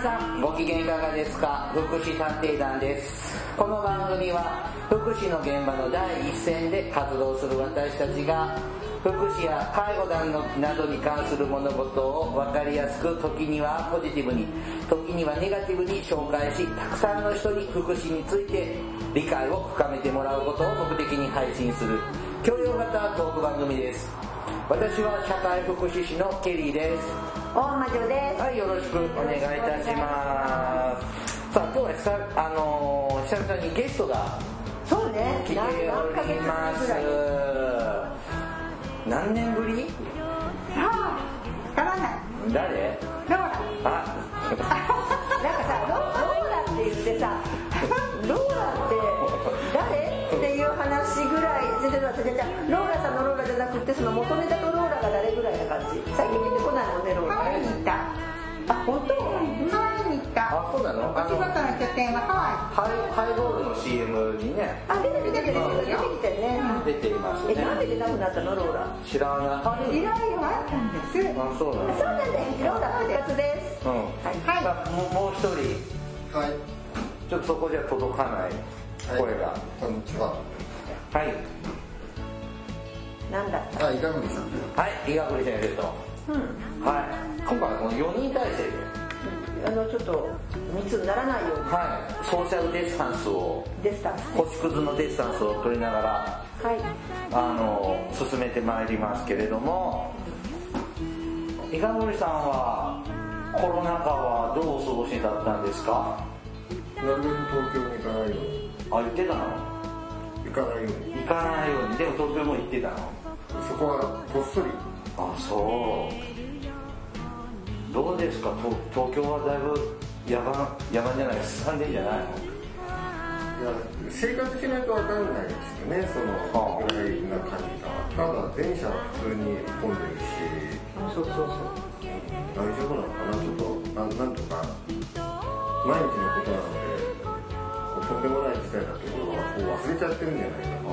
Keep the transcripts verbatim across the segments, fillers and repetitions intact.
さんご機嫌いかがですか。福祉探偵団です。この番組は福祉の現場の第一線で活動する私たちが福祉や介護団のなどに関する物事を分かりやすく、時にはポジティブに、時にはネガティブに紹介し、たくさんの人に福祉について理解を深めてもらうことを目的に配信する教養型トーク番組です。私は社会福祉士のケリーです。 大魔女です。 はい、よろしくお願いいたします。さあ、今日は久々、あのー、久々にゲストがそうね、 来ております。何年ぶり？ ああ、わからない。 誰？ ローラ。 あ、 なんかさ、ローラって言ってさ、ローラって誰っていう話ぐらい、じゃじゃじゃじゃローラさんのローラじゃなくて、その元ネタとローラが誰ぐらいな感じ。最近出てこないもんね、ローラ。 ハワイに行った。 あ、本当？ ハワイに行った。 あ、そうなの？ お仕事の拠点はハワイ。 ハイ、ハイボールの シーエム にね。 あ、出てる出てる出てきてね。 出ていますね。 え、なんで出なくなったの、ローラ？ 知らない。 依頼があったんです。 あ、そうなの？ そうなんだよ、ローラ復活です。 うん。 はい。 はい。もう、もう一人。 はい。 ちょっとそこじゃ届かない声が。はい、 こんにちは。 はい。 なんだっあ、伊賀栗さん。 はい、伊賀栗先生と。 うん。 はい。今回はこのよにん体制で。 あの、ちょっと密にならないように。 はい。ソーシャルディスタンスを。 ディスタンス。 星屑のディスタンスを取りながら。 はい。 あの、進めてまいりますけれども。伊賀栗さんは、コロナ禍はどうお過ごしだったんですか？ なるべく東京に行かないように。 あ、行ってたの？ 行かないように。 行かないように。でも東京も行ってたの？ そこはこっそり。 あ、そう。どうですか？東、東京はだいぶ野蛮、野蛮じゃないです。さんでんじゃないの？ いや、生活しないとわかんないですよね、そのぐらいな感じが。ただ電車は普通に混んでるし。 そうそうそう。 大丈夫なのかな、ちょっと、な, なんとか毎日のことなので、こうとんでもない事態だってことはこう忘れちゃってるんじゃないかな。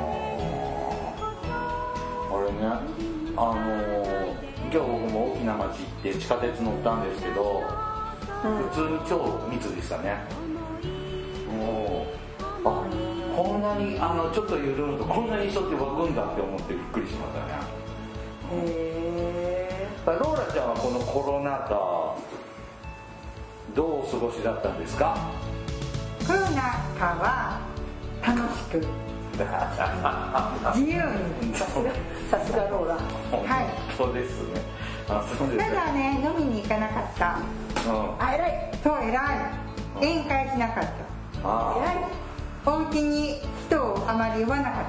あれね、あのー、今日僕も大きな町行って地下鉄乗ったんですけど、うん、普通に超密でしたね。もう、あ、こんなにあのちょっと緩むとこんなに人って湧くんだって思ってびっくりしましたね。 へー。ローラちゃんはこのコロナ禍どうお過ごしだったんですか？ コロナ禍は楽しく自由に。 さすがさすがローラ。 はい。 そうですね。あ、そうですね。 ただね、飲みに行かなかった。 うん。 あ、偉い。そう、偉い。宴会しなかった。 あ、 偉い。お家に人をあまり呼ばなかった。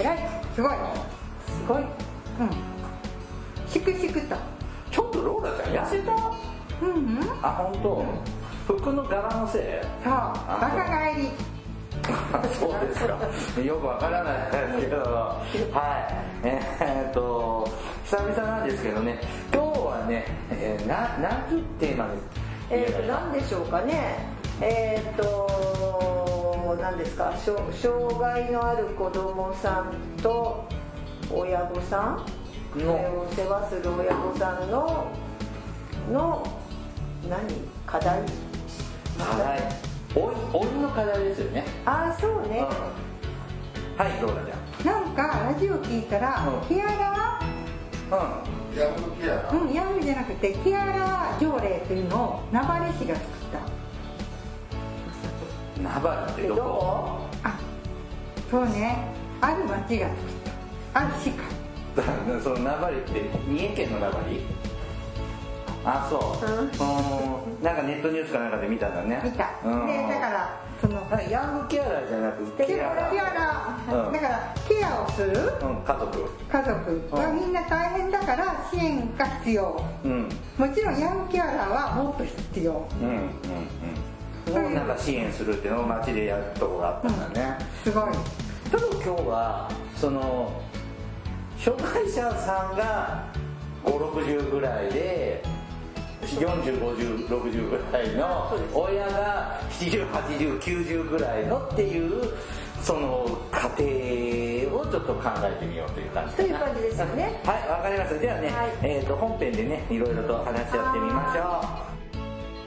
偉い。すごい。 すごい。うん。 粛々と。 ちょっとローラちゃん痩せた？ うんうん。 あ、本当。服の柄のせい？ そう。若返り。 そうですか。よくわからないですけど、はい。えー、っと久々なんですけどね。今日はね、えー、な何ていうテーマです。 えー、っと何でしょうかね。えー、っと何ですか。障害のある子供さんと親御さんのお世話する親御さんのの何課題？ 課題。老い、老いの課題ですよね。 ああ、そうね、うん、 はい、ローラちゃん。なんかラジオ聞いたら、うん、ケアラーうんヤングケアラーうん、ヤングじゃなくてケアラー条例っていうのを名張市が作った。 名張ってどこ？ あ、そうね、ある町が作った。ある市か。 その名張って三重県の名張？あ、そう、うん、なんかネットニュースかなんかで見たんだね。 見た、うん、でだからそのヤングケアラーじゃなくてケアラー、 ケアラー、うん、だからケアをする、 うん、家族家族はみんな大変だから支援が必要、うん、もちろんヤングケアラーはもっと必要、うんうんうん、もうなんか支援するっていうのを街でやるとこがあったんだね、 うん、すごい。 ちょっと今日はその障害者さんがごじゅう、ろくじゅうぐらいでよんじゅう、ごじゅう、ろくじゅうぐらいの親がななじゅう、はちじゅう、きゅうじゅうぐらいのっていうその家庭をちょっと考えてみようという感じという感じですよね。 はい、わかりました。ではね、はい、えーと本編でねいろいろと話し合ってみましょう。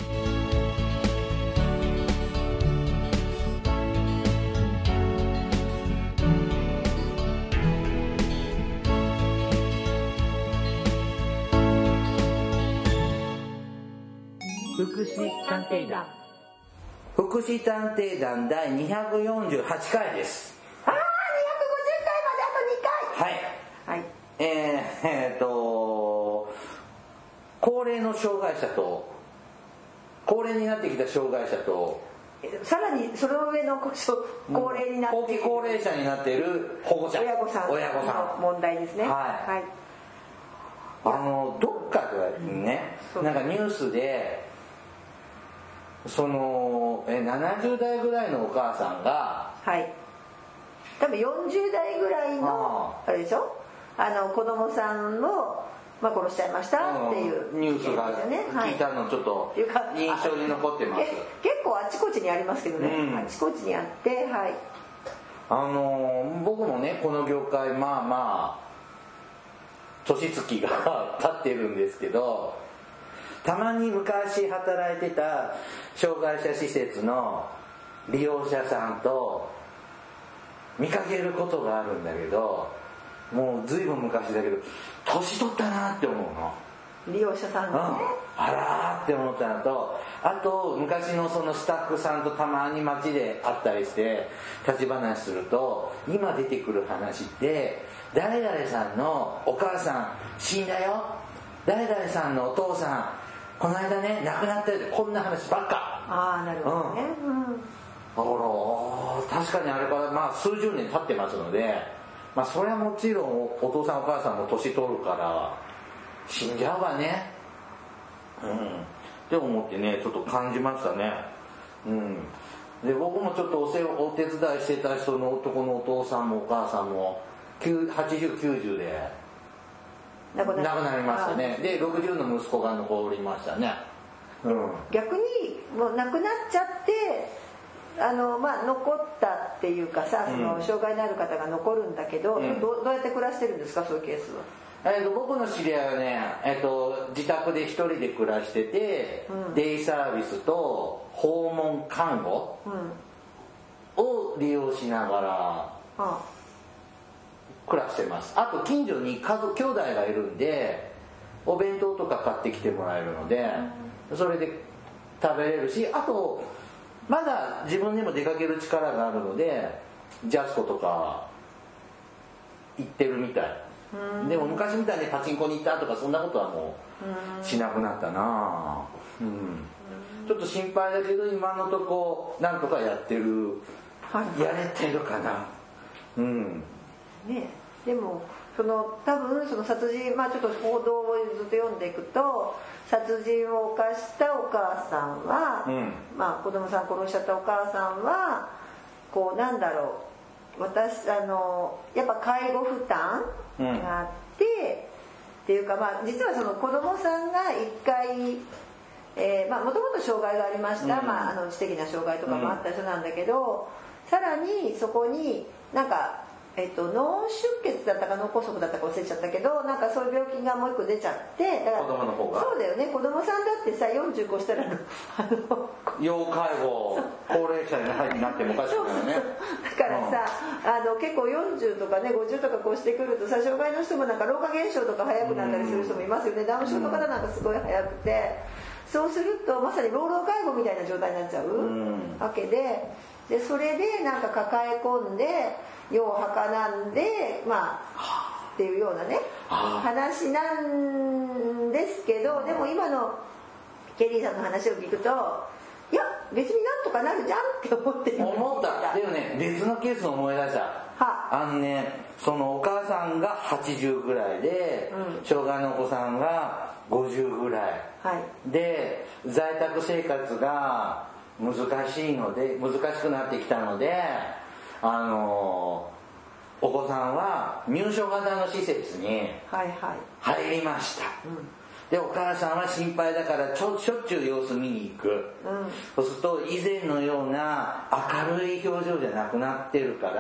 福祉探偵団福祉探偵団第にひゃくよんじゅうはちかいです。 ああ、にひゃくごじゅっかいまであとにかい。 はい、 はい、 えー、えー、と高齢の障害者と高齢になってきた障害者とさらにその上の高齢になっている後期高齢者になっている保護者親御さん親御さんの問題ですね。 はい、はい、あのどっかでね、うん、なんかニュースでそのえななじゅうだいぐらいのお母さんが、 はい、多分よんじゅうだいぐらいのあれでしょ、あの子供さんを、まあ、殺しちゃいましたっていう、 うん、ニュースが聞いたのちょっと印象に残ってます。 結構あちこちにありますけどね、うん、あちこちにあって、はい、 あの僕もねこの業界まあまあ年月が経ってるんですけど、たまに昔働いてた障害者施設の利用者さんと見かけることがあるんだけど、もう随分昔だけど年取ったなって思うの、 利用者さんがね、 うん、あらーって思ったのと、あと昔のそのスタッフさんとたまに街で会ったりして立ち話すると、今出てくる話って誰々さんのお母さん死んだよ、誰々さんのお父さんこの間ね亡くなったよ、こんな話ばっか。 ああ、なるほどね、うん、 だから確かにあれからまあ数十年経ってますので、まあそれはもちろんお父さんお母さんも年取るから死んじゃうわね、うんって思ってねちょっと感じましたね。うん。で僕もちょっとお世話お手伝いしてた人の男のお父さんもお母さんもはちじゅう、きゅうじゅうで亡くなりましたね。でろくじゅうの息子が残りましたね。うん、 逆にもう亡くなっちゃってあの、まあ、残ったっていうかさ、その障害のある方が残るんだけど、うん、ど, どうやって暮らしてるんですか、そういうケースは。 えー、と僕の知り合いはね、えー、と自宅で一人で暮らしてて、うん、デイサービスと訪問看護を利用しながら暮らしてます。あと近所に家族兄弟がいるんでお弁当とか買ってきてもらえるので、うん、それで食べれるし、あとまだ自分でも出かける力があるのでジャスコとか行ってるみたい。でも昔みたいにパチンコに行ったとかそんなことはもうしなくなったな、うん、ちょっと心配だけど今のとこなんとかやってる、はい、やれてるかな、うんね。でもその多分その殺人、まあちょっと報道をずっと読んでいくと殺人を犯したお母さんは、うん、まあ子供さん殺しちゃったお母さんはこうなんだろう、私あのやっぱ介護負担があって、うん、っていうかまあ実はその子供さんが一回えー、まあもともと障害がありました、うん、まああの知的な障害とかもあった人なんだけど、うん、さらにそこになんかえっと、脳出血だったか脳梗塞だったか忘れちゃったけど、なんかそういう病気がもう一個出ちゃって、だから子供の方がそうだよね、子供さんだってさよんじゅうごしたらあの要介護高齢者になってもおかしくないよね。 だからさ、うん、あの結構よんじゅうとかねごじゅうとかこうしてくるとさ、障害の人もなんか老化現象とか早くなったりする人もいますよね。ダウン症の方なんかすごい早くて、そうするとまさに老老介護みたいな状態になっちゃうわけで、でそれでなんか抱え込んで世をはかなんで、まあっていうようなね話なんですけど、でも今のケリーさんの話を聞くと、いや別になんとかなるじゃんって思ってる。 思った。でもね別のケースを思い出した。はあのね、そのお母さんがはちじゅうぐらいで、うん、障害のお子さんがごじゅうぐらい、はい、で在宅生活が難しいので難しくなってきたので、あのお子さんは入所型の施設に入りました、はいはい、うん、でお母さんは心配だからちょしょっちゅう様子見に行く、うん、そうすると以前のような明るい表情じゃなくなってるから、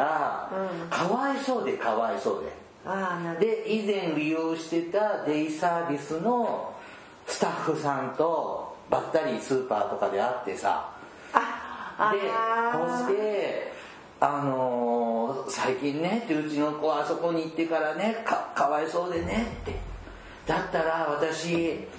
うん、かわいそうでかわいそうで、あー、なるほど。で以前利用してたデイサービスのスタッフさんとばったりスーパーとかで会ってさ、あでこうしてあのー、最近ねってうちの子はあそこに行ってからね か, かわいそうでねって、だったら私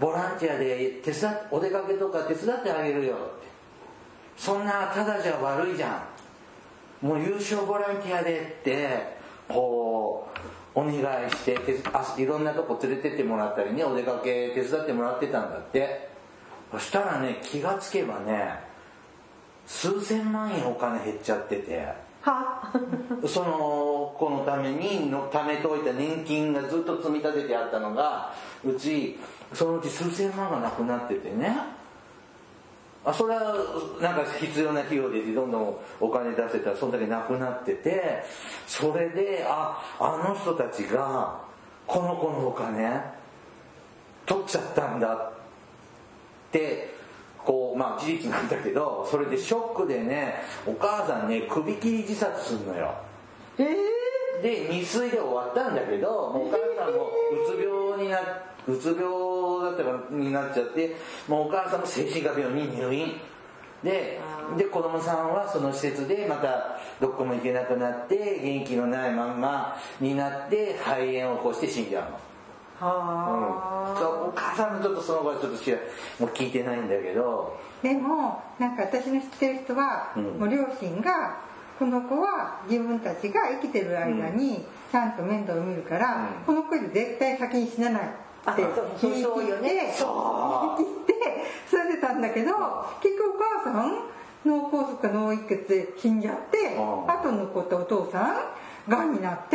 ボランティアで手伝っお出かけとか手伝ってあげるよって。そんなただじゃ悪いじゃん、もう優勝ボランティアでってこうお願いしてあいろんなとこ連れてってもらったりね、お出かけ手伝ってもらってたんだって。そしたらね、気がつけばね数千万円お金減っちゃってて、 はその子のためにの貯めておいた年金がずっと積み立ててあったのが、うちそのうち数千万がなくなっててね、あそれはなんか必要な費用でどんどんお金出せたらそんだけなくなってて、それでああの人たちがこの子のお金取っちゃったんだってこうまあ事実なんだけど、それでショックでね、お母さんね首切り自殺するのよ。 えー、 で未遂で終わったんだけど、もうお母さんもうつ病になうつ病だったかになっちゃって、もうお母さんも精神科病院に入院で、で子供さんはその施設でまたどこも行けなくなって元気のないまんまになって肺炎を起こして死んじゃうの。はあ、うん、お母さんのちょっとその後はちょっと知らもう聞いてないんだけど、 でもなんか私の知ってる人は、うん、もう両親がこの子は自分たちが生きてる間にちゃんと面倒を見るから、うん、この子より絶対先に死なないって言い切って言い切ってそれでたんだけど、結局お母さん脳梗塞か脳一血で死んじゃって、後の子とお父さんがんになって、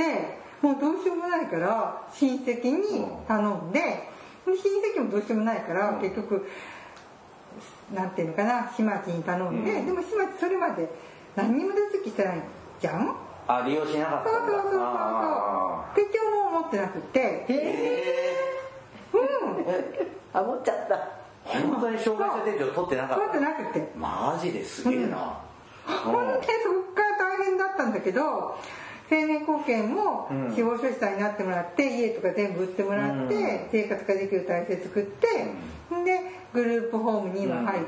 もうどうしようもないから親戚に頼んで、親戚もどうしようもないから結局なんていうのかな、始末に頼んで、うん、でも始末それまで何にも手続きしてないじゃん。 あ、利用しなかったんだ。 そうそうそうそう。手帳も持ってなくて、 へー、うんあ、持っちゃった。 本当に障害者手帳取ってなかった。 取ってなくて。 マジですげえな。うん、 本当にそっから大変だったんだけど、生命保険も司法書士さんになってもらって、うん、家とか全部売ってもらって、うん、生活ができる体制作って、うん、でグループホームに今入って、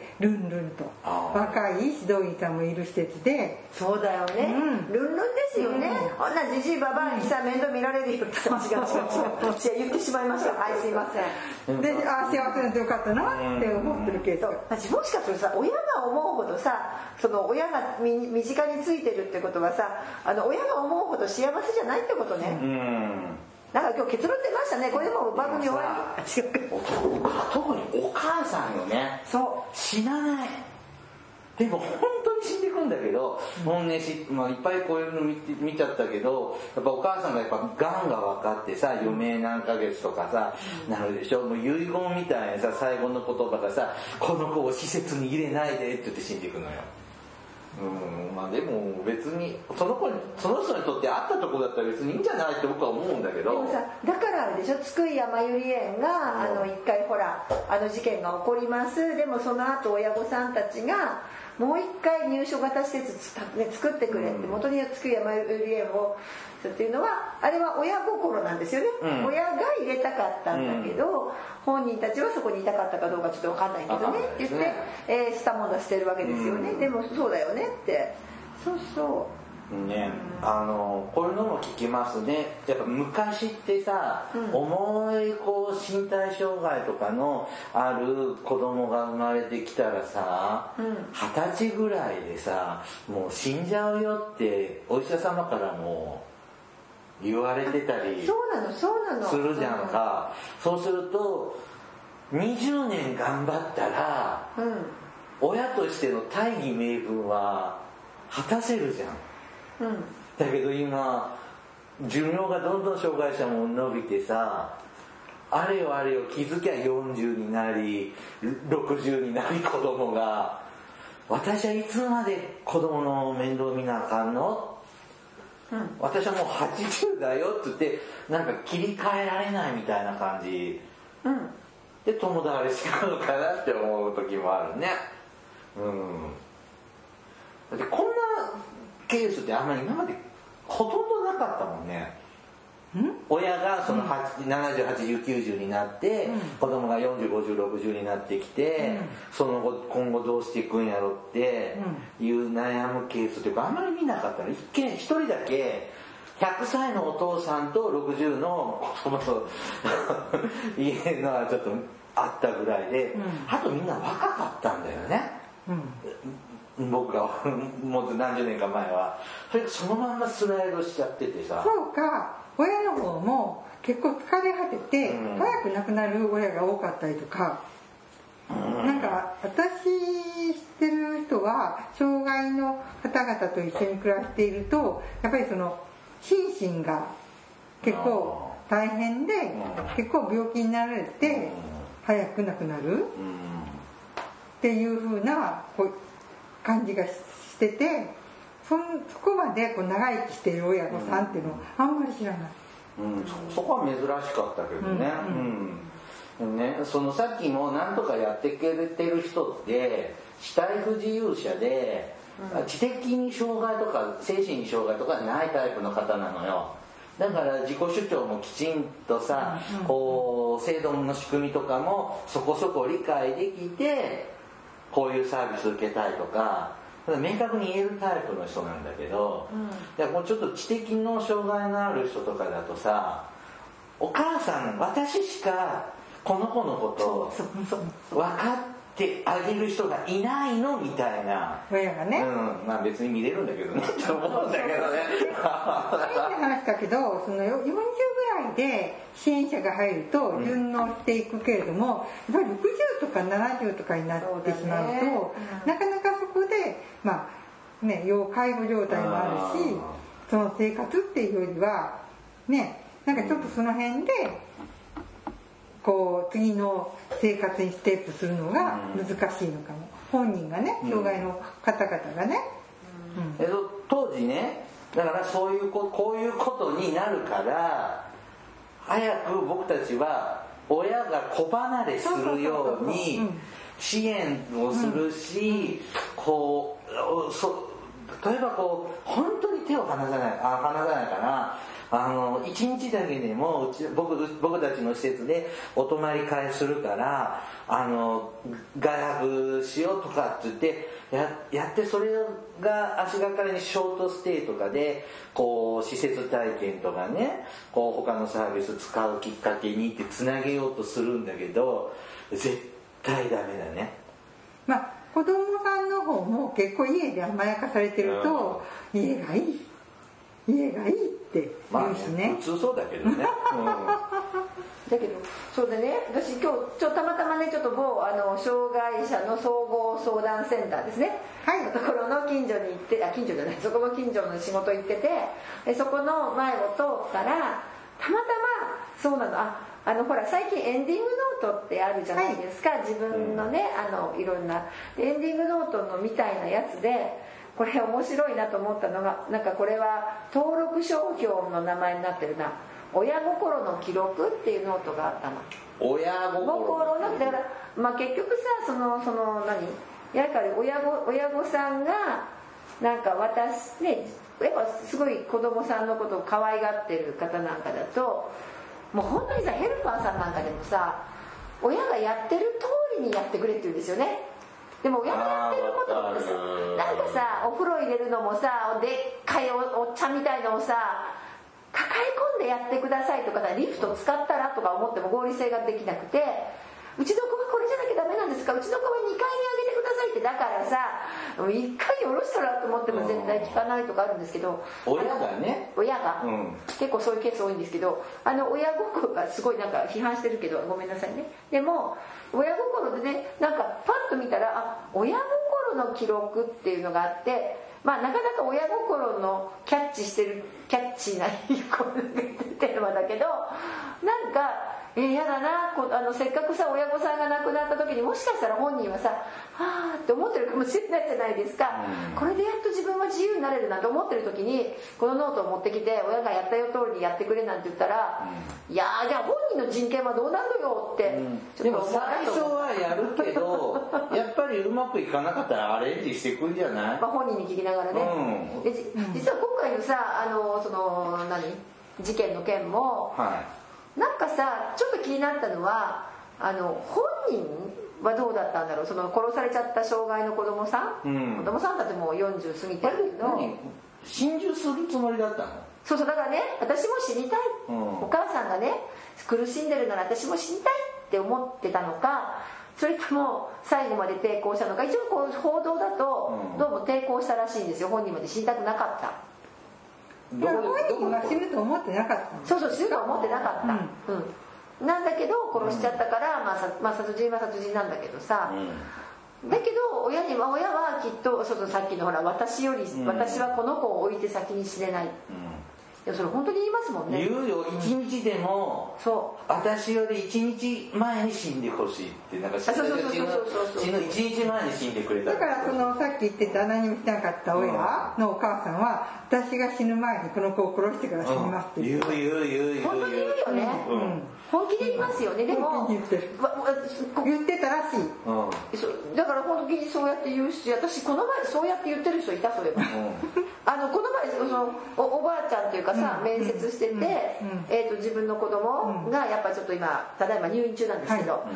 うん、ルンルンと若い指導員さんもいる施設で。 そうだよね、うん、ルンルンですよね、こんなじじいばばあにさ面倒見られるよって違う違う違う違う言ってしまいました。はい、すいません。 で、あ、幸せになってよかったなって思ってるケースが、 私もしかするとさ、親が思うほどさ、その親が身近についてるってことはさ、あの親が思うほど幸せじゃないってことね。うん、なんか今日結論出ましたね。これも番組終わり。 特にお母さんよね。 そう。 死なない。でも本当に死んでいくんだけど、もうね、まあ、いっぱいこういうの 見, 見ちゃったけど、やっぱお母さんがやっぱがんが分かってさ、余命何ヶ月とかさ、うん、なるでしょ。もう遺言みたいなさ、最後の言葉がさ、この子を施設に入れないでって言って死んでいくのよ。うん、まあでも別にその子にその人にとってあったところだったら別にいいんじゃないって僕は思うんだけど。 でもさ、だからあれでしょ、津久井やまゆり園が、うん、あの一回ほらあの事件が起こります。でもその後親御さんたちがもう一回入所型施設つ、ね、作ってくれって、うん、元に津久井やまゆり園をっていうのはあれは親心なんですよね、うん、親が入れたかったんだけど、うん、本人たちはそこにいたかったかどうかちょっと分かんないけどねって言って、えー、スタモンダしてるわけですよね、うん、でもそうだよねって。そうそうね、うん、あのこういうのも聞きますね。やっぱ昔ってさ、うん、重いこう身体障害とかのある子供が生まれてきたらさ、二十、うん、歳ぐらいでさもう死んじゃうよってお医者様からも言われてたりするじゃんか。そうするとにじゅうねん頑張ったら、うん、親としての大義名分は果たせるじゃん。うん、だけど今寿命がどんどん障害者も伸びてさ、あれよあれよ気づきゃよんじゅうになりろくじゅうになり子供が、私はいつまで子供の面倒見なあかんの、うん、私はもうはちじゅうだよって言ってなんか切り替えられないみたいな感じ、うん、で友達しちゃうのかなって思う時もあるね。うん、だってこんなケースってあんまり今までほとんどなかったもんね。ん親がそのななじゅう、はちじゅう、きゅうじゅうになって、うん、子供がよんじゅう、ごじゅう、ろくじゅうになってきて、うん、その後今後どうしていくんやろっていう悩むケースっていうかあんまり見なかったの。一見一人だけひゃくさいのお父さんとろくじゅうの子供と家のはちょっとあったぐらいで、うん、あとみんな若かったんだよね、うん、僕がもう何十年か前はそれがそのまんまスライドしちゃっててさ。 そうか、親の方も結構疲れ果てて、うん、早く亡くなる親が多かったりとか、うん、なんか私知ってる人は障害の方々と一緒に暮らしているとやっぱりその心身が結構大変で、うん、結構病気になられて、うん、早く亡くなる、うん、っていう風なこう感じがしてて、そ, そこまでこう長生きしている親御さんっていうのはあんまり知らない、 うん、そ, そこは珍しかったけどね、うんうんうんね、そのさっきも何とかやってくれてる人って肢体不自由者で、うん、知的に障害とか精神に障害とかないタイプの方なのよ。だから自己主張もきちんとさ、うん、こう制度の仕組みとかもそこそこ理解できてこういうサービス受けたいとか明確に言えるタイプの人なんだけど、うん、いやもうちょっと知的の障害のある人とかだとさ、お母さん私しかこの子のこと分かってあげる人がいないのみたいな親がね、 うん、まあ別に見れるんだけどねって思うんだけどね。 変な話だけど、そのよんじゅうぐらいで支援者が入ると順応していくけれども、うん、やっぱりろくじゅうとかななじゅうとかになってしまうと、ね、うん、なかなかそこでまあね、要介護状態もあるし、その生活っていうよりはね、なんかちょっとその辺でこう次の生活にステップするのが難しいのかも、本人がね、障害の方々がね、 うんうん、当時ね、だからそういうここういうことになるから早く僕たちは親が子離れするように支援をするし、こうそ例えばこう本当に手を離さないあ離さないかな、あのいちにちだけでもうち 僕, 僕たちの施設でお泊まり会するからあの外泊しようとかって言って や, やってそれが足がかりにショートステイとかでこう施設体験とかね、こう他のサービス使うきっかけにってつなげようとするんだけど絶対ダメだね。 まあ子供さんの方も結構家で甘やかされてると、うん、家がいい家がいいって言うしね、まあ、ね普通そうだけどね、うん、 だけどそうでね、私今日ちょっとたまたまねちょっと某あの障害者の総合相談センターですね、はい、のところの近所に行ってあ近所じゃないそこの近所の仕事行ってて、そこの前を通ったらたまたまそうなのああのほら最近エンディングノートってあるじゃないですか、はい、自分のねあのいろんなエンディングノートのみたいなやつでこれ面白いなと思ったのが、なんかこれは登録商標の名前になってるな、親心の記録っていうノートがあったの。 親心のだから、まあ、結局さそのその何やっぱり親御親御さんがなんか私ねやっぱすごい子供さんのことを可愛がってる方なんかだともう本当にさヘルパーさんなんかでもさ親がやってる通りにやってくれって言うんですよね。でも親がやってることってさなんかさお風呂入れるのもさでっかい お, お茶みたいのをさ抱え込んでやってくださいとかさリフト使ったらとか思っても合理性ができなくて、うちの子はこれじゃなきゃダメなんですか、うちの子はにかいに上げてくださいって、だからさいっかいに下ろしたらと思っても絶対聞かないとかあるんですけど、 親がね親が、うん、結構そういうケース多いんですけど、あの親心がすごいなんか批判してるけどごめんなさいね。でも親心でねなんかパッと見たらあ親心の記録っていうのがあって、まあなかなか親心のキャッチしてるキャッチーなテーマだけどなんかえー、やだなこあのせっかくさ親御さんが亡くなった時にもしかしたら本人はさはあって思ってるかもしれないじゃないですか、うん、これでやっと自分は自由になれるなと思ってる時にこのノートを持ってきて親がやったよ通りにやってくれなんて言ったら、うん、いやーじゃあ本人の人権はどうなるのよって、うん、 でも最初はやるけどやっぱりうまくいかなかったらアレンジしていくんじゃない、 まあ、本人に聞きながらね、うん、で実は今回のさあのその何事件の件も、はいなんかさちょっと気になったのはあの本人はどうだったんだろう、その殺されちゃった障害の子供さん、うん、子供さんだってもうよんじゅう過ぎてるけど心中するつもりだったの？ そうそう、だからね、私も死にたい、うん、お母さんがね苦しんでるなら私も死にたいって思ってたのか、それとも最後まで抵抗したのか。一応こう報道だとどうも抵抗したらしいんですよ。本人まで死にたくなかった。 本人は死ぬと思ってなかった。 そうそう、死ぬと思ってなかった、うんうん、なんだけど殺しちゃったから、まあさまあ、殺人は殺人なんだけどさ、うん、だけど親には親はきっとそうそう、さっきのほら私より、うん、私はこの子を置いて先に死ねない、うん、いやそれ本当に言いますもんね。 言うよ、一日でも、うん、そう私より一日前に死んでほしいって、なんか死ぬ一日前に死んでくれた。 だからそのさっき言ってた何もしなかった親のお母さんは、私が死ぬ前にこの子を殺してから死にますって言う、 うん、言う言う言う言う本当に言うよね、うんうん、本気で言いますよね。でも言ってる言ってたらしい、うん、 だから本気にそうやって言うし、私この前そうやって言ってる人いた。それは、うん、あのこの前その お, おばあちゃんというかさ、うん、面接してて、うん、えー、と自分の子供がやっぱりちょっと今ただいま入院中なんですけど、はい、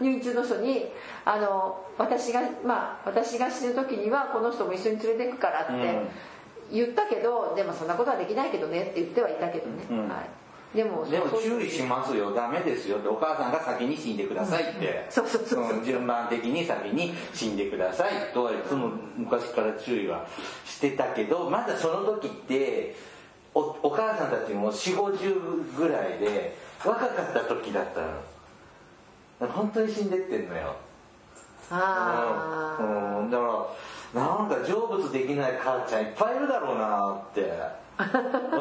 入院中の人にあの私がまあ私が死ぬ時にはこの人も一緒に連れてくからって言ったけど、でもそんなことはできないけどねって言ってはいたけどね、うん、はい、でもでも注意しますよ、ダメですよって、お母さんが先に死んでくださいって、 そうそうそうそう、 順番的に先に死んでくださいとはいつも昔から注意はしてたけど、まだその時ってお, お母さんたちもよんじゅうごじゅうぐらいで若かった時だったの。本当に死んでってんのよ。 ああ、 うん、だからなんか成仏できない母ちゃんいっぱいいるだろうなって、うん、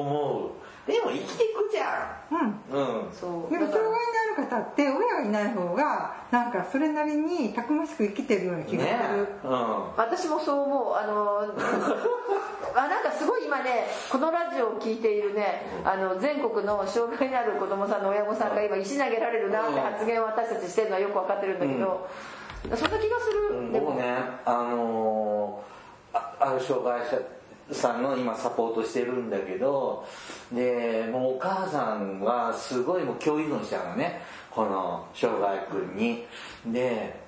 思う。でも生きていくじゃん。うん。うん、 そう。でも障害のある方って親がいない方がなんかそれなりにたくましく生きてるような気がする。ね、 うん。私もそう思う。あのあなんかすごい今ね、このラジオを聞いているね、あの全国の障害のある子供さんの親御さんが今石投げられるなって発言を私たちしてるのはよく分かってるんだけど、うん、そんな気がする。うん、 でもね、あのー、あある障害者さんの今サポートしてるんだけど、でもうお母さんはすごいもう共依存しちゃうのね、この障害くんに。で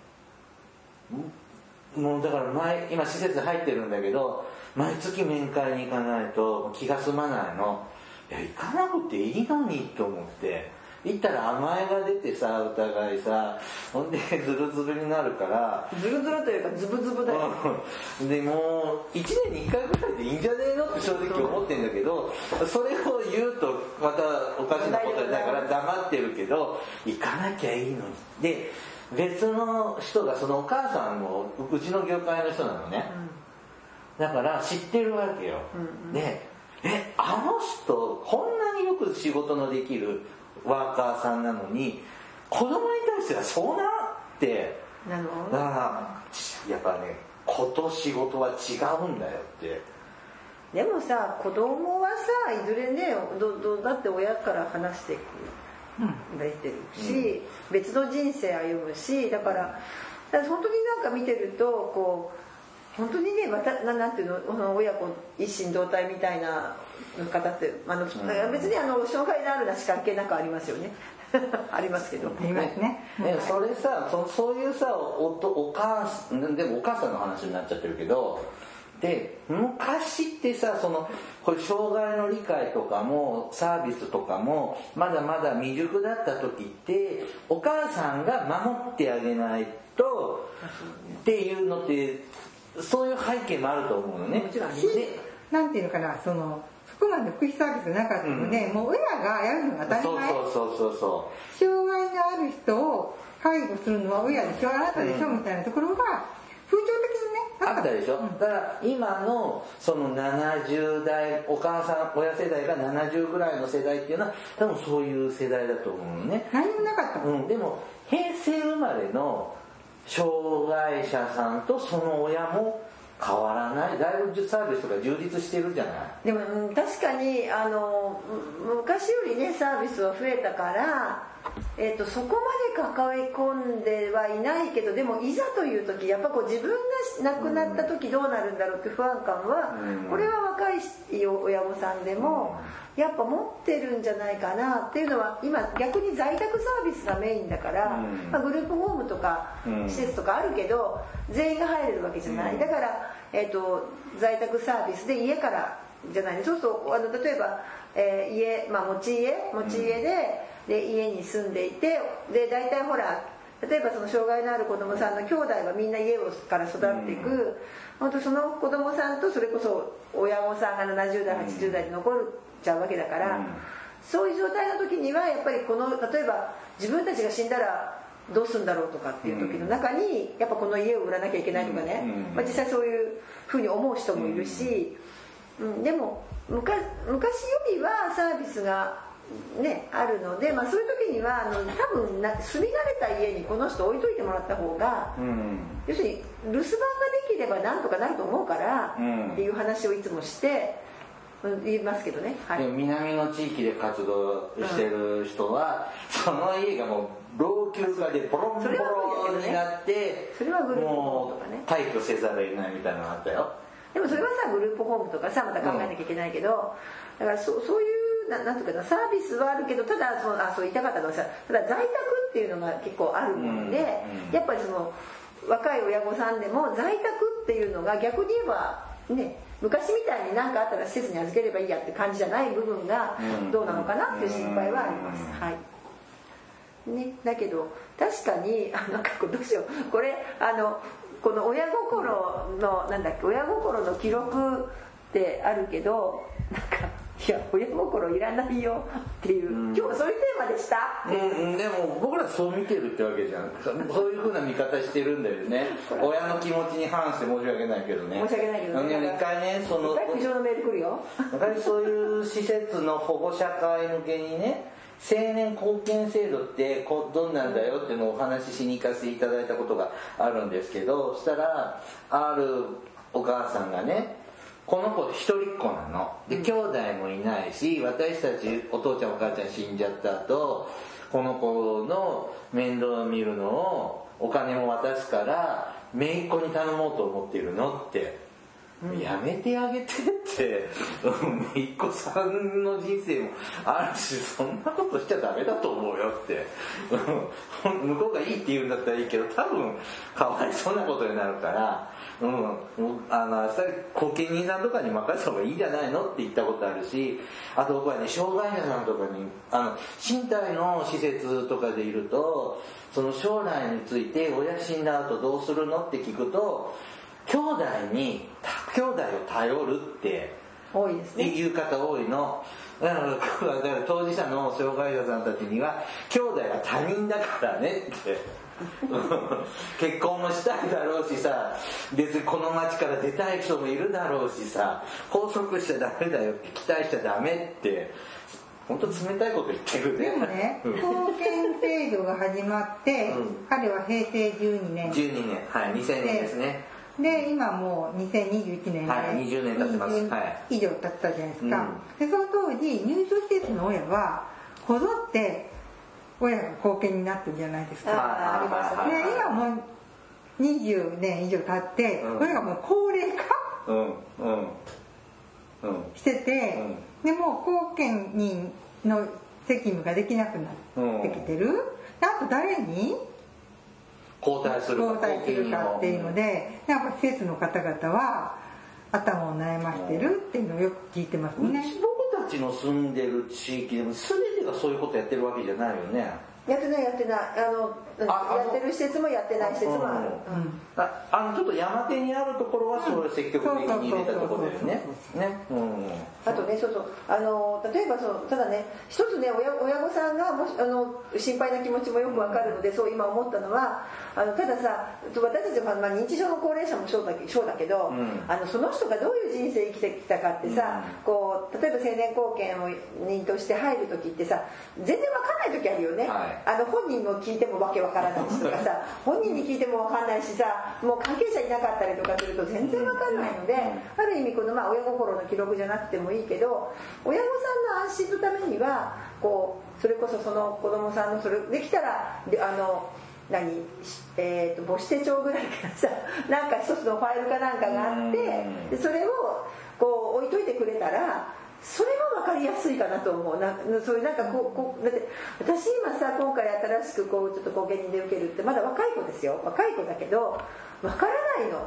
もうだから前今施設入ってるんだけど、毎月面会に行かないと気が済まないの。いや行かなくていいのにと思って、行ったら甘えが出てさ、お互いさ、ほんでズルズルになるから、 ズルズルというかズブズブだよ、 うん、でもういちねんにいっかいぐらいでいいんじゃねえのって正直思ってんだけど、それを言うとまたおかしなことだから黙ってるけど、行かなきゃいいのに。で別の人が、そのお母さんもうちの業界の人なのね、うん、だから知ってるわけよ、うんうん、でえあの人こんなによく仕事のできるワーカーさんなのに子供に対してはそうなってなのだからやっぱね、子と仕事は違うんだよって。 でもさ、子供はさいずれね、どどだって親から離していく出てるし、うん、別の人生歩むし、だから、だから本当になんか見てるとこう本当にね、またななんていうの、親子一心同体みたいな方ってあの、うん、別にあの障害のあるなし関係なくありますよねありますけど、 ありますね。 ね、それさ、そそういうさ、おとお母さんでもお母さんの話になっちゃってるけど。で昔ってさ、そのこれ障害の理解とかもサービスとかもまだまだ未熟だった時ってお母さんが守ってあげないとっていうのってそういう背景もあると思うのね。 もちろんね。なんていうのかな、そのそこまで福祉サービスなかったので、うん、もう親がやるのが当たり前。 そうそうそうそうそう。 障害のある人を介護するのは親でしょ、あなたでしょ、うん、みたいなところが風潮的にね。 あったでしょ、うん、だから今のそのななじゅう代、お母さん親世代がななじゅうぐらいの世代っていうのは多分そういう世代だと思うのね。 何もなかった、 うん、でも平成生まれの障害者さんとその親も変わらない。だいぶサービスとか充実してるじゃない。 でも、うん、確かにあの昔よりねサービスは増えたから、えー、とそこまで抱え込んではいないけど、でもいざという時やっぱこう自分が亡くなった時どうなるんだろうって不安感は、うん、これは若い親御さんでもやっぱ持ってるんじゃないかなっていうのは、今逆に在宅サービスがメインだから、うんまあ、グループホームとか施設とかあるけど全員が入れるわけじゃない、うん、だからえー、と在宅サービスで家からじゃないね、そうするとあの例えば、えー、家、まあ、持ち家持ち家で、うん、で家に住んでいて、で大体ほら例えばその障害のある子どもさんの兄弟はみんな家をから育っていく、うん、本当その子どもさんとそれこそ親御さんがななじゅう代はちじゅう代で残っちゃうわけだから、うん、そういう状態の時にはやっぱりこの例えば自分たちが死んだらどうするんだろうとかっていう時の中にやっぱこの家を売らなきゃいけないとかね、うん、まあ、実際そういうふうに思う人もいるし、うん、でも昔、昔よりはサービスがね、あるので、まあ、そういう時にはあの多分な住み慣れた家にこの人置いといてもらった方が、うん、要するに留守番ができればなんとかなると思うから、うん、っていう話をいつもして、うん、言いますけどね、はい、 南の地域で活動してる人は、うん、その家がもう老朽化でボロンボロンになって、 それはグループホームとかね、 退去せざるを得ないみたいなのがあったよ。 でもそれはさグループホームとかさまた考えなきゃいけないけど、だから そ, そういうななんていうかなサービスはあるけど、ただそのあそう言いたかったのはさ、ただ在宅っていうのが結構あるもんで、うんうん、やっぱりその若い親御さんでも在宅っていうのが逆に言えばね、昔みたいに何かあったら施設に預ければいいやって感じじゃない部分がどうなのかなっていう心配はあります、はいね、だけど確かにあなんかどうしようこれあのこの親心のなんだっけ親心の記録ってあるけどなんかいや親心いらないよっていう、うん、今日はそういうテーマでした、 うん、でも僕らそう見てるってわけじゃんそういう風な見方してるんだよね親の気持ちに反して申し訳ないけどね申し訳ないけどね一回ねその苦情のメール来るよやっぱりそういう施設の保護者会向けにね青年貢献制度ってどんなんだよっていうのをお話ししに行かせていただいたことがあるんですけど、そしたらあるお母さんがね、この子一人っ子なので兄弟もいないし、私たちお父ちゃんお母ちゃん死んじゃった後この子の面倒を見るのをお金も渡すから姪っ子に頼もうと思っているのって、うん、やめてあげてって姪っ子さんの人生もあるしそんなことしちゃダメだと思うよって向こうがいいって言うんだったらいいけど多分かわいそうなことになるからうん、あの後見人さんとかに任せた方がいいんじゃないのって言ったことあるし、あと僕はね障害者さんとかにあの身体の施設とかでいるとその将来について親死んだ後どうするのって聞くと兄弟に兄弟を頼るって多いですね言う方多いの。だから当事者の障害者さんたちには兄弟は他人だからねって結婚もしたいだろうしさ、別にこの町から出たい人もいるだろうしさ、拘束しちゃダメだよって期待しちゃダメって本当冷たいこと言ってるね。 でもね、貢献制度が始まって、うん、彼はへいせいじゅうにねんじゅうにねん、はい、にせんねんですね。 で今もうにせんにじゅういちねんで、 はい、にじゅうねん経ってます、はい、 以上経ったじゃないですか、うん、でその当時入所施設の親はこぞって親が後見になってるじゃないですか。 あありましたね。 で今もうにじゅうねん以上経って、うん、親がもう高齢化、うんうんうん、してて、うん、でも後見人の責務ができなくなってきてる、うん、あと誰に交代するか交代するかっていうので、うん、なんか施設の方々は頭を悩ましてるっていうのをよく聞いてますね。 うち僕たちの住んでる地域でも全てがそういうことやってるわけじゃないよね。 やってないやってないあのあやってる施設もやってない施設もある、うんうん、 あ, あのちょっと山手にあるところはそれ積極的に入れたところですね。 あとねそうそうあの例えばそのただね一つね 親, 親御さんがもしあの心配な気持ちもよくわかるので、そう今思ったのはあのたださ私たちは、まあ、認知症の高齢者もそうだけそうだけど、うん、あのその人がどういう人生生きてきたかってさ、うん、こう例えば青年後見人として入る時ってさ全然わかんない時あるよね、はい、あの本人も聞いてもわけわからないしとかさ本人に聞いてもわかんないしさもう関係者いなかったりとかすると全然わかんないので、ある意味この、まあ、親心の記録じゃなくてもいいけど親御さんの安心のためにはこうそれこそその子供さんのそれできたらあの何、えー、と母子手帳ぐらいからさなんか一つのファイルかなんかがあってでそれをこう置いといてくれたらそれは分かりやすいかなと思う。なそういうなんかこうこうだって私今さ今回新しくこうちょっと後見人で受けるってまだ若い子ですよ若い子だけど分からないの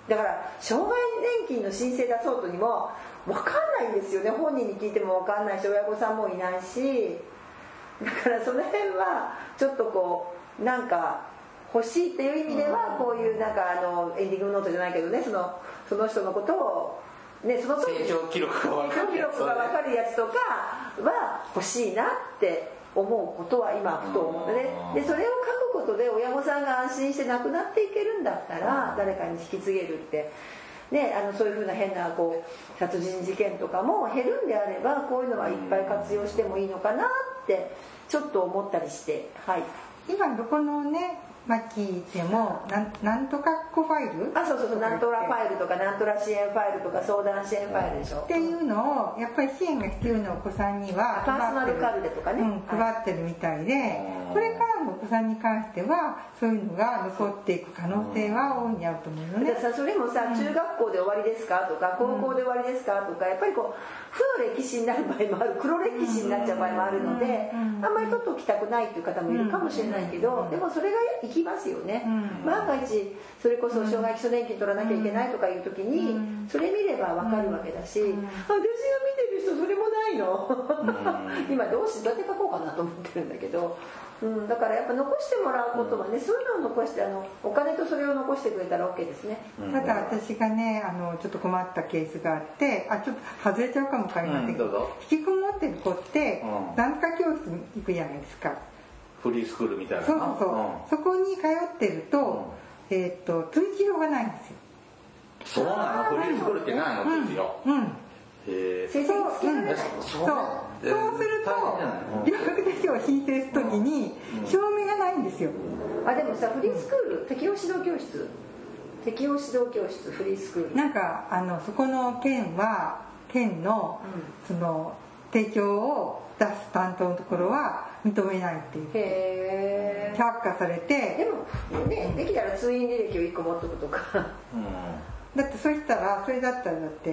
だから障害年金の申請出そうとにも分かんないんですよね。本人に聞いても分かんないし、親御さんもいないし、だからその辺はちょっとこうなんか欲しいっていう意味では、こういうなんかあのエンディングノートじゃないけどね、そのその人のことをね、その成長記録が分かるやつ、 成長記録が分かるやつとかは欲しいなって思うことは今ふと思ってね。でそれを書くことで親御さんが安心して亡くなっていけるんだったら、誰かに引き継げるってね、あのそういうふうな変なこう殺人事件とかも減るんであれば、こういうのはいっぱい活用してもいいのかなってちょっと思ったりして、はい、 今どこのね町でもなんなんとかっこファイル、 あ、そうそうそう、なんとらファイルとかなんとら支援ファイルとか相談支援ファイルでしょっていうのをやっぱり支援が必要なお子さんにはパーソナルカルテとかね、 うん、配ってるみたいで、これからのお子さんに関してはそういうのが残っていく可能性は大いにあると思うのね。 だからさ、それもさ、中学校で終わりですかとか高校で終わりですかとか、やっぱりこう負の歴史になる場合もある、黒歴史になっちゃう場合もあるので、あんまり取っておきたくないっていう方もいるかもしれないけど、でもそれがいきますよね。万が一それこそ障害基礎年金取らなきゃいけないとかいう時にそれ見れば分かるわけだし、私が見てる人それもないの今どうしどうやって書こうかなと思ってるんだけど、うん、だからやっぱ残してもらうことはね、そういうのを残して、あのお金とそれを残してくれたら OK ですね。 ただ私がね、あのちょっと困ったケースがあって、あ、ちょっと外れちゃうかもわかりませんけど、うん、ど引きこもってる子って何か教室に行くじゃないですか。 フリースクールみたいな。 そうそうそう、うん、そこに通ってると、うん、えっ、ー、と通知表がないんですよ。 そうなの？フリースクールってないの？通知表。 うん。うん、 へ先生につけられない。 そうそうそうすると留学手帳を申請するときに証明がないんですよ。 あ、でもさ、フリースクール、適応指導教室適応指導教室フリースクール、 なんかあのそこの県は県の、うん、その提供を出す担当のところは認めないっていう。 へー、 却下されて。 でもね、できたら通院履歴をいっこ持っとくとか、 うん、だってそしたらそれだったらだって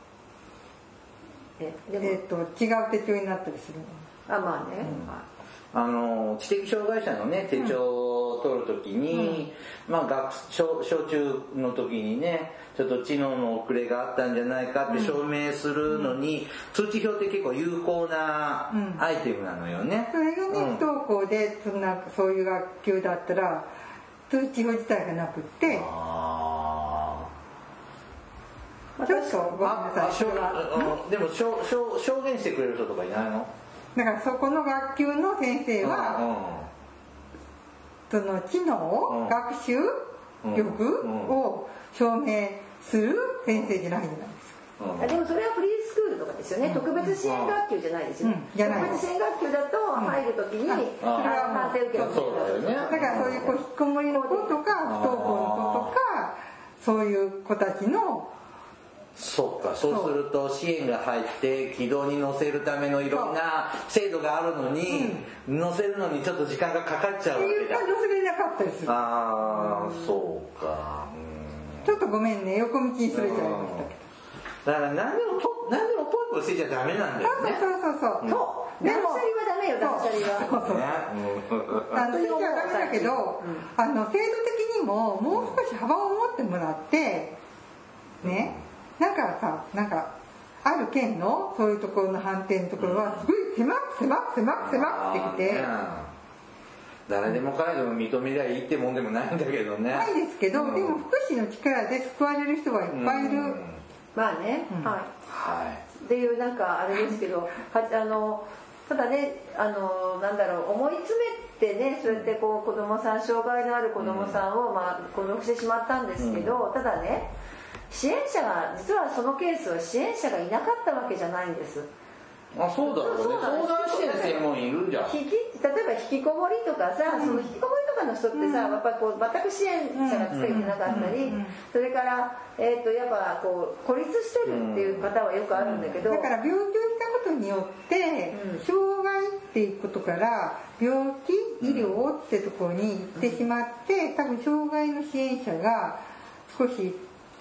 えでも、えー、と違う手帳になったりするの。あ、まあね、 うん、あの知的障害者のね手帳を取るときに、うん、まあ学小小中の時にねちょっと知能の遅れがあったんじゃないかって証明するのに、うん、通知表って結構有効なアイテムなのよね。 それがね、うん、不登校でそんなそういう学級だったら通知表自体がなくって、あちょっとごめんなさい。 でも証言してくれる人とかいないの？ だからそこの学級の先生は、うん、その知能、うん、学習力を証明する先生じゃないじゃないですか。 うん、でもそれはフリースクールとかですよね、うん、特別支援学級じゃないですよね、うん、特別支援学級だと入るときに、うん、それは判定受けるんですよね。 だからそういうこう引きこもりの子とか不登校の子とかそういう子たちの、 そうか、そうすると支援が入って軌道に乗せるためのいろんな制度があるのに、うん、乗せるのにちょっと時間がかかっちゃうわけだ。 乗せれなかったりする。 ああ、そうか、 うん、ちょっとごめんね、横道にそれちゃいましたけど。 だから何でもと何でもポイポイしてちゃダメなんだよね。 そうそうそうそう。 そう。断捨離はダメよ、断捨離は。 そうそう。あの、捨てちゃダメだけど、うん、あの制度的にももう少し幅を持ってもらって、ね、なんかさ、なんかある県のそういうところの判定のところはすごい狭く狭く狭く狭くってきて。 誰でも彼でも認めりゃいいってもんでもないんだけどね。 ないですけど、うん、でも福祉の力で救われる人はいっぱいいる。うん、 まあね、うん、はい、はい、っていうなんかあれですけど、はあのただね、あのなんだろう、思い詰めてね、そうやってこう子供さん、障害のある子供さんを、まあ、孤独してしまったんですけど、ただね、支援者が実はそのケースは支援者がいなかったわけじゃないんです。 あ、そうだろうね。相談支援専門いるんじゃん。 例えば引きこもりとかさ、うん、その引きこもりとかの人ってさ、うん、やっぱりこう全く支援者がつけてなかったり、うん、それから、えー、とやっぱこう孤立してるっていう方はよくあるんだけど、 だから病気をしたことによって、うん、障害っていうことから病気医療ってところに行ってしまって、多分障害の支援者が少し手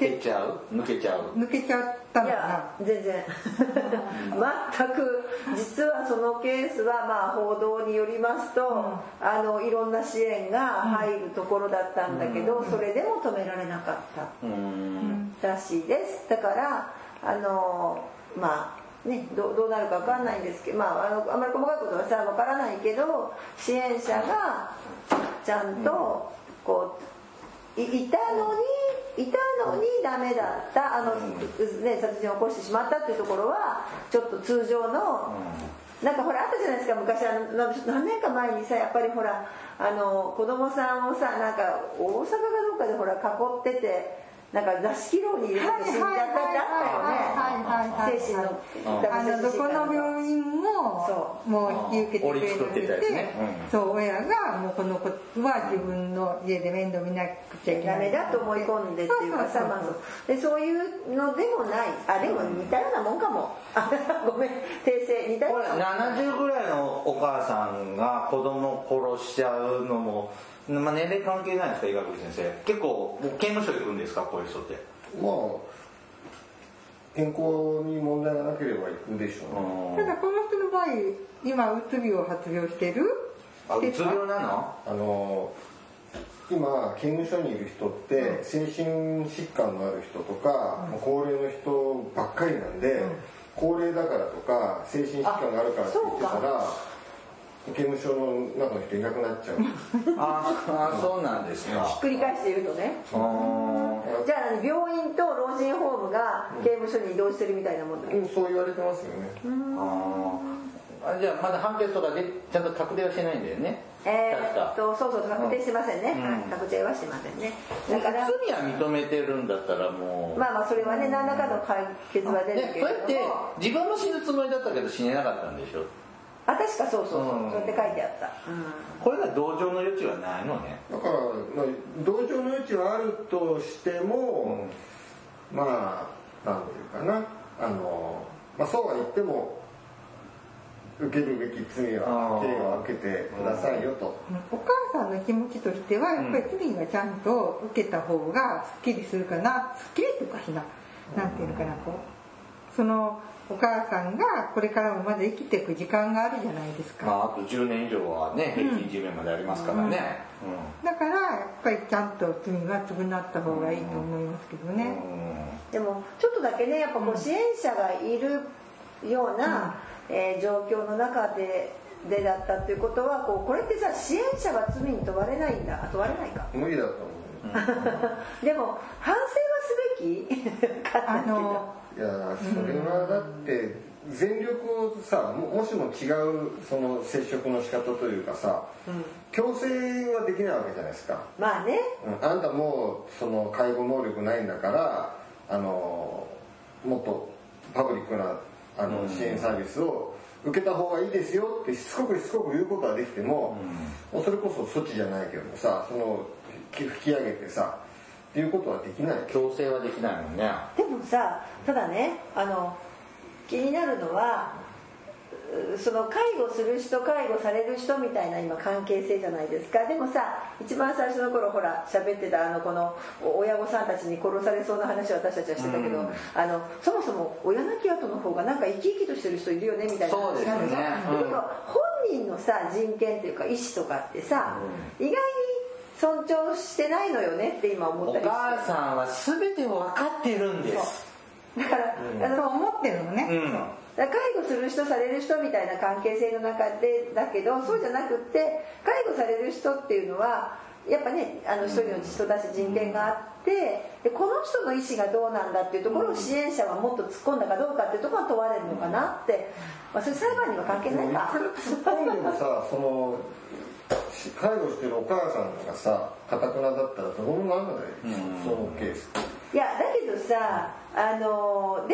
けちゃう抜けちゃう抜けちゃったのかな。 いや全然全く実はそのケースはまあ報道によりますと、うん、あのいろんな支援が入るところだったんだけど、うん、それでも止められなかったらしいです。だからあのまあね、ど, どうなるか分かんないんですけど、まあ、あのあんまり細かいことはさ分からないけど支援者がちゃんとこう い, いたのにいたのにダメだったあの、ね、殺人を起こしてしまったっていうところはちょっと通常のなんかほらあったじゃないですか昔あの何年か前にさやっぱりほらあの子供さんをさなんか大阪かどうかでほら囲ってて。なんか座敷牢に入れて死んじゃったってあったよね。精神のあのどこの病院ももう引き受けてくれなくて、そう親がもうこの子は自分の家で面倒見なくちゃいけない。 ダメだと思い込んでっていうかさ、まずでそういうのでもない。あでも似たようなもんかも。ごめん訂正似たような。 ななじゅうぐらいのお母さんが子供を殺しちゃうのも。まあ、年齢関係ないですか医学部先生結構刑務所行くんですかこういう人ってまあ健康に問題がなければ行くでしょう、ね、 ただこの人の場合今うつ病を発病してるあうつ病なのあの今刑務所にいる人って精神疾患のある人とか、うん、高齢の人ばっかりなんで、うん、高齢だからとか精神疾患があるからって言ってたら刑務所の中の人いなくなっちゃうああそうなんですかひっくり返して言うとねじゃあ病院と老人ホームが刑務所に移動してるみたいなもんだ、 うん、そう言われてますよねああじゃあまだ判決とかでちゃんと確定はしてないんだよねえー、っとそうそう確定してませんね、うん、確定はしてませんねだから罪は認めてるんだったらもうまあまあそれはね何らかの解決は出るけれどもこうやって自分も死ぬつもりだったけど死ねなかったんでしょあ確かそうそうそう、うん、そうやって書いてあった、うん、 これが同情の余地はないのねだから、まあ、同情の余地はあるとしても、うん、まあなんていうかなあの、まあ、そうは言っても受けるべき罪は刑を受けてくださいよと、 うん、お母さんの気持ちとしてはやっぱり罪はちゃんと受けた方がすっきりするかなすっきりとかしななんていうのかなこうそのお母さんがこれからもまだ生きていく時間があるじゃないですか、 まあ、あとじゅうねん以上はね平均寿命までありますからね、 うんうん、だからやっぱりちゃんと罪は償った方がいいと思いますけどね、 うん、でもちょっとだけねやっぱこう支援者がいるような、うんえー、状況の中ででだったっていうことはこうこれってさ支援者が罪に問われないんだ問われないか無理だと思う、 うん、でも反省はすべきあのいやそれはだって全力をさ も, もしも違うその接触の仕方というかさ、うん、強制はできないわけじゃないですかまあね、 うん、あんたもうその介護能力ないんだからあのもっとパブリックなあの支援サービスを受けた方がいいですよってしつこくしつこく言うことはできても、うん、もうそれこそ措置じゃないけどもさその吹き上げてさっていうことはできない強制はできないもんねでもさただねあの気になるのはその介護する人介護される人みたいな今関係性じゃないですかでもさ一番最初の頃ほら喋ってたあのこの親御さんたちに殺されそうな話を私たちはしてたけど、うん、あのそもそも親亡き後の方がなんか生き生きとしてる人いるよねみたいな話があるさ、ねうん、本人のさ人権っていうか意思とかってさ、うん、意外に尊重してないのよねって今思ったりしてお母さんは全てを分かってるんですだから、うん、あの思ってるのね、うん、 だから介護する人される人みたいな関係性の中でだけどそうじゃなくって介護される人っていうのはやっぱねあの一人の人だし人権があってでこの人の意思がどうなんだっていうところを支援者はもっと突っ込んだかどうかっていうところが問われるのかなって、まあ、それ裁判には関係ないか突っ込んでもさその介護してるお母さんがさ堅くなだったらどうもなんない、うん、そのケースいやだけどさあの で, でも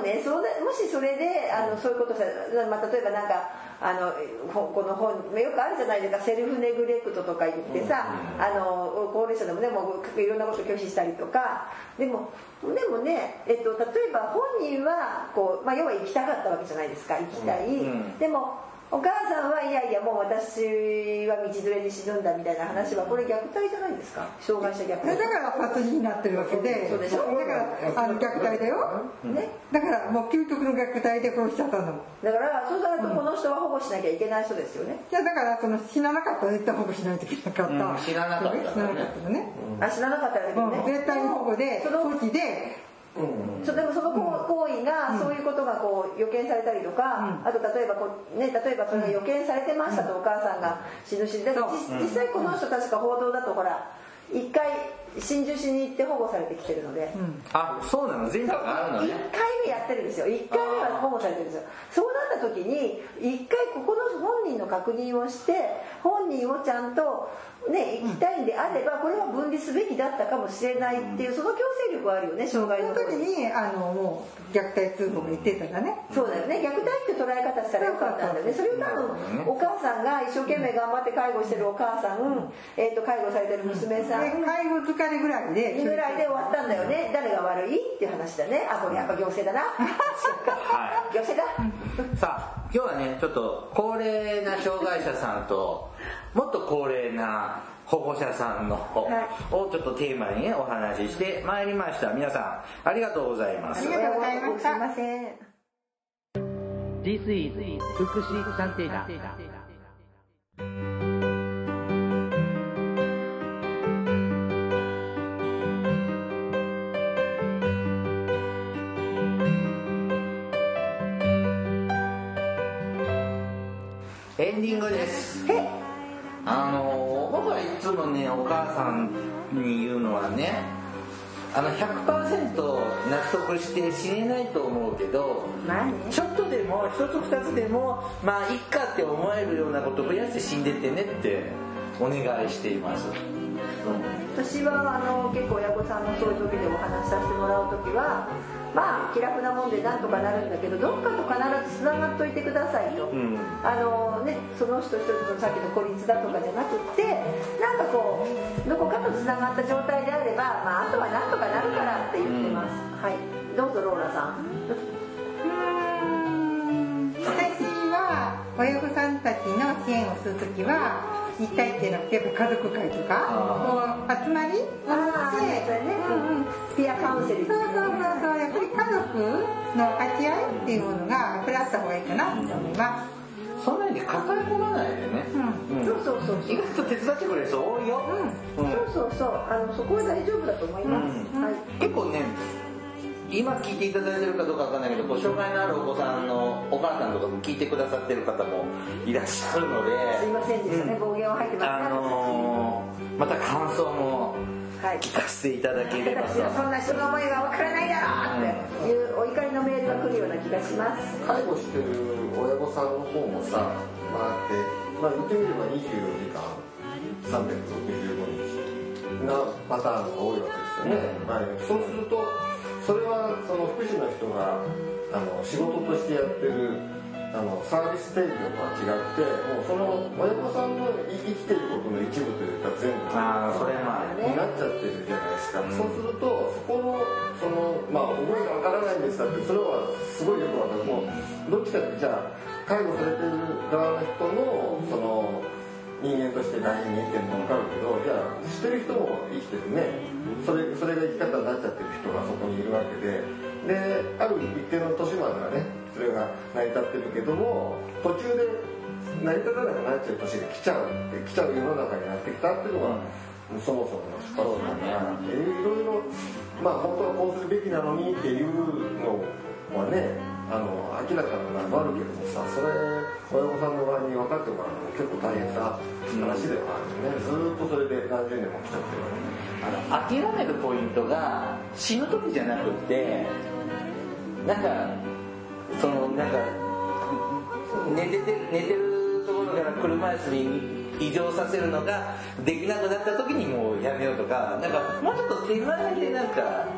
ねそうだもしそれであのそういうことさ、まあ、例えばなんかあのこの本よくあるじゃないですか、セルフネグレクトとか言ってさ、うん、あの高齢者でもねもういろんなこと拒否したりとか、でもでもね、えっと、例えば本人はこう、まあ、要は行きたかったわけじゃないですか、行きたい、うん、でもお母さんはいやいやもう私は道連れに死ぬんだみたいな話はこれ虐待じゃないですか、障害者虐待。 だから殺人になってるわけで、そうでしょ、だからあの虐待だよ、ね、だからもう究極の虐待で殺しちゃったんだもん。 だからそうなるとこの人は保護しなきゃいけない人ですよね。 いやだからその死ななかったら絶対保護しないといけなかった、 うん、死ななかったらね、 あ死ななかったらね、 うん、絶対に保護で措置で。 うん、そでもその行為がそういうことがこう予見されたりとか、うん、あと例えばこう、ね、例えばそれが予見されてましたと、うん、お母さんが死ぬし、でも実際この人確か報道だとほら一回心中しに行って保護されてきてるので、うん、 あそうなの、前科があるのね。いっかいめやってるんですよ、いっかいめは保護されてるんですよ。そうなった時にいっかいここの本人の確認をして本人をちゃんとね、行きたいんであればこれは分離すべきだったかもしれないっていうその強制力はあるよね、障害の時にあのもう虐待通報が言ってたらね、 そうだよね、虐待って捉え方したらよかったんだよね。それを多分お母さんが一生懸命頑張って介護してるお母さん、えー、と介護されてる娘さん、 介護疲れぐらいでぐらいで終わったんだよね。誰が悪いっていう話だね。あこれやっぱ行政だなはい、行政ださあ今日はねちょっと高齢な障害者さんともっと高齢な保護者さんの方をちょっとテーマにねお話ししてまいりました。皆さんありがとうございます。 ありがとうございました。 すいません。 This is 福祉探偵団。 エンディングです。あの僕はいつもねお母さんに言うのはね、あの ひゃくパーセント 納得して死ねないと思うけど、まあね、ちょっとでも一つ二つでもまあいっかって思えるようなことを増やして死んでってねってお願いしています。 私はあの結構親御さんのそういう時でお話しさせてもらう時はまあ気楽なもんでなんとかなるんだけどどっかと必ずつながっといてくださいと、うん、あのね、その人一人のさっきの孤立だとかじゃなくってなんかこうどこかとつながった状態であれば、まあ、あとはなんとかなるからって言ってます、うん、はい、どうぞローラさん。 うーん私は親御さんたちの支援をするときはいったいっていうのはやっぱ家族会とかこう集まりをして、 ね、うんうん、ピアカウンセリング、 そうそうそうそう、やっぱり家族の分かち合いっていうものがプラスした方がいいかなと思います。 そんなに抱え込まないでね、 うんうん、そうそうそう、 意外と手伝ってくれる人多いよ、 うんうん、そうそうそう、あのそこは大丈夫だと思います、うん、はい、結構ね今聞いていただいてるかどうかわかんないけど、こう障害のあるお子さんのお母さんとかも聞いてくださってる方もいらっしゃるので、 すいませんでしたね、うん、暴言は入ってますね、 あのー、また感想も聞かせていただければと、 はい、そんな人の思いがわからないだろうっていうお怒りのメールが来るような気がします。 介護してる親御さんの方もさ回って、まあ、言ってみればにじゅうよじかんさんびゃくろくじゅうごにちなパターンが多いわけですよね、はい、そうするとそれはその福祉の人があの仕事としてやってるあのサービス提供とは違ってもうその親御さんの生きていることの一部というか全部あそれまあになっちゃってるじゃないですか、うん、そうするとそこのそのまあ思いがわからないんですかってそれはすごいよくわかる。もうどっちかってじゃあ介護されてる側の人のその人間として大事に生きてるのも分かるけど、じゃあしてる人も生きてるね、それそれが生き方になっちゃってる人がそこにいるわけで、である一定の年まではねそれが成り立ってるけども途中で成り立たなくなっちゃう年が来ちゃうって来ちゃう世の中になってきたっていうのが、うん、そもそもの出発だから、いろいろまあ本当はこうするべきなのにっていうのはね、あの明らかなのもあるけどもさ、それ親御さんの側に分かってもらうのも結構大変な話ではあるよね、うん、ずっとそれで何十年も来ちゃってるわけね。 あの諦めるポイントが死ぬ時じゃなくて、なんかそのなんか寝てて寝てるところから車椅子に移動させるのができなくなった時にもうやめようとか、なんかもうちょっと手前でなんか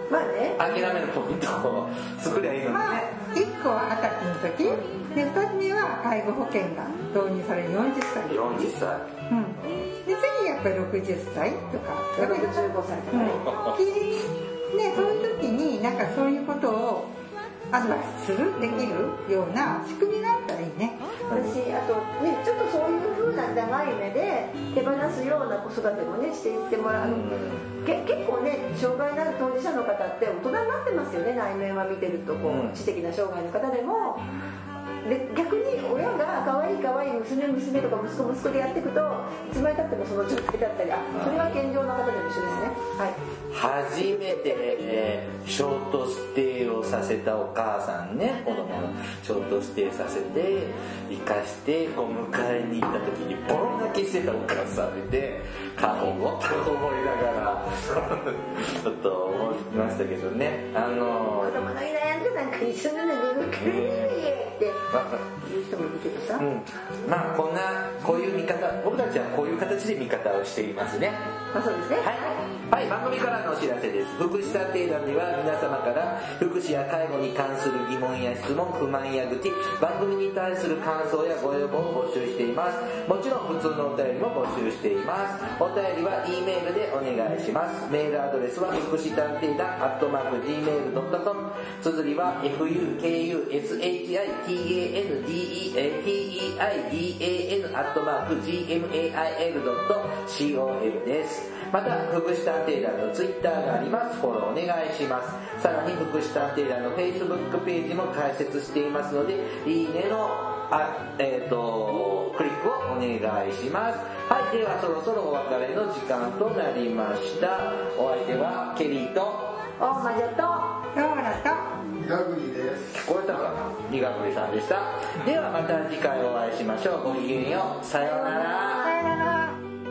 まあね諦めるポイントを作りゃいいのにね、 まあ、いっこは二十歳の時でふたつめは介護保険が導入されるよんじゅっさい、 よんじゅっさい、 うん、で次やっぱりろくじゅっさいとかろくじゅうごさいとかね、 うん、でそういう時になんかそういうことをアドバイスするできるような仕組みがあったらいいね。 私あとねちょっとそういう風な長い目で手放すような子育てもねしていってもらう、うん、け結構ね障害のある当事者の方って大人になってますよね。内面は見てるとこう、うん、知的な障害の方でもで逆に親が可愛い可愛い娘娘とか息子息子でやっていくといつまでたってもその状態だったり、あそれは健常な方でも一緒ですね。はい、 初めて、えー、ショートステイをさせたお母さんね、子供のショートステイさせて生かしてこう迎えに行った時にボロ泣きしてたお母さんで過保護と思いながらちょっと思いましたけどね、あのー、 子供のいないやつなんか一緒なのに迎えって言う人もいるけどさ、うん、 まあこんなこういう見方、僕たちはこういう形で見方をしていますね。 あ、そうですね。 はい、はい、番組からのお知らせです。福祉探偵団では皆様から福祉や介護に関する疑問や質問、不満や愚痴、番組に対する感想やご要望を募集しています。もちろん普通のお便りも募集しています。お便りは E メールでお願いします。メールアドレスは福祉探偵団アットマーク ジーメールドットコム、 綴りは エフユーケーユーエスエイチアイティーエーエヌディーイーエーアイディーエーエヌ アットマーク ジーエムエーアイエルドットコム です。また福祉探偵団のツイッターがあります。フォローお願いします。さらに福祉探偵団の Facebook ページも開設していますので、いいねのあ、えー、とクリックをお願いします。はい、ではそろそろお別れの時間となりました。お相手はケリーと大魔女とローラとニガグリです。 聞こえたかな、ニガグリさんでした。ではまた次回お会いしましょう。ごきげんよう。さようなら。 さよなら。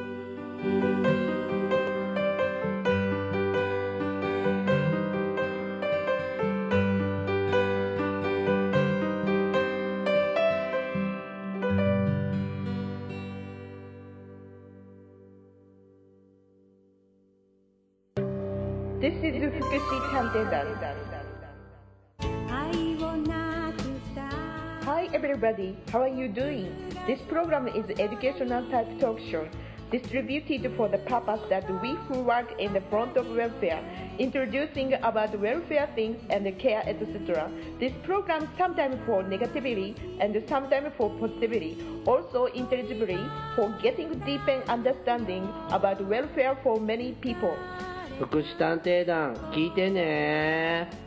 This is 福祉探偵団。Hi everybody, how are you doing? This program is educational type talk show distributed for the purpose that we who work in the front of welfare, introducing about welfare things and care, et cetera. This program sometimes for negativity and sometimes for positivity, also intelligibly for getting deeper understanding about welfare for many people. 福祉探偵団聞いてね。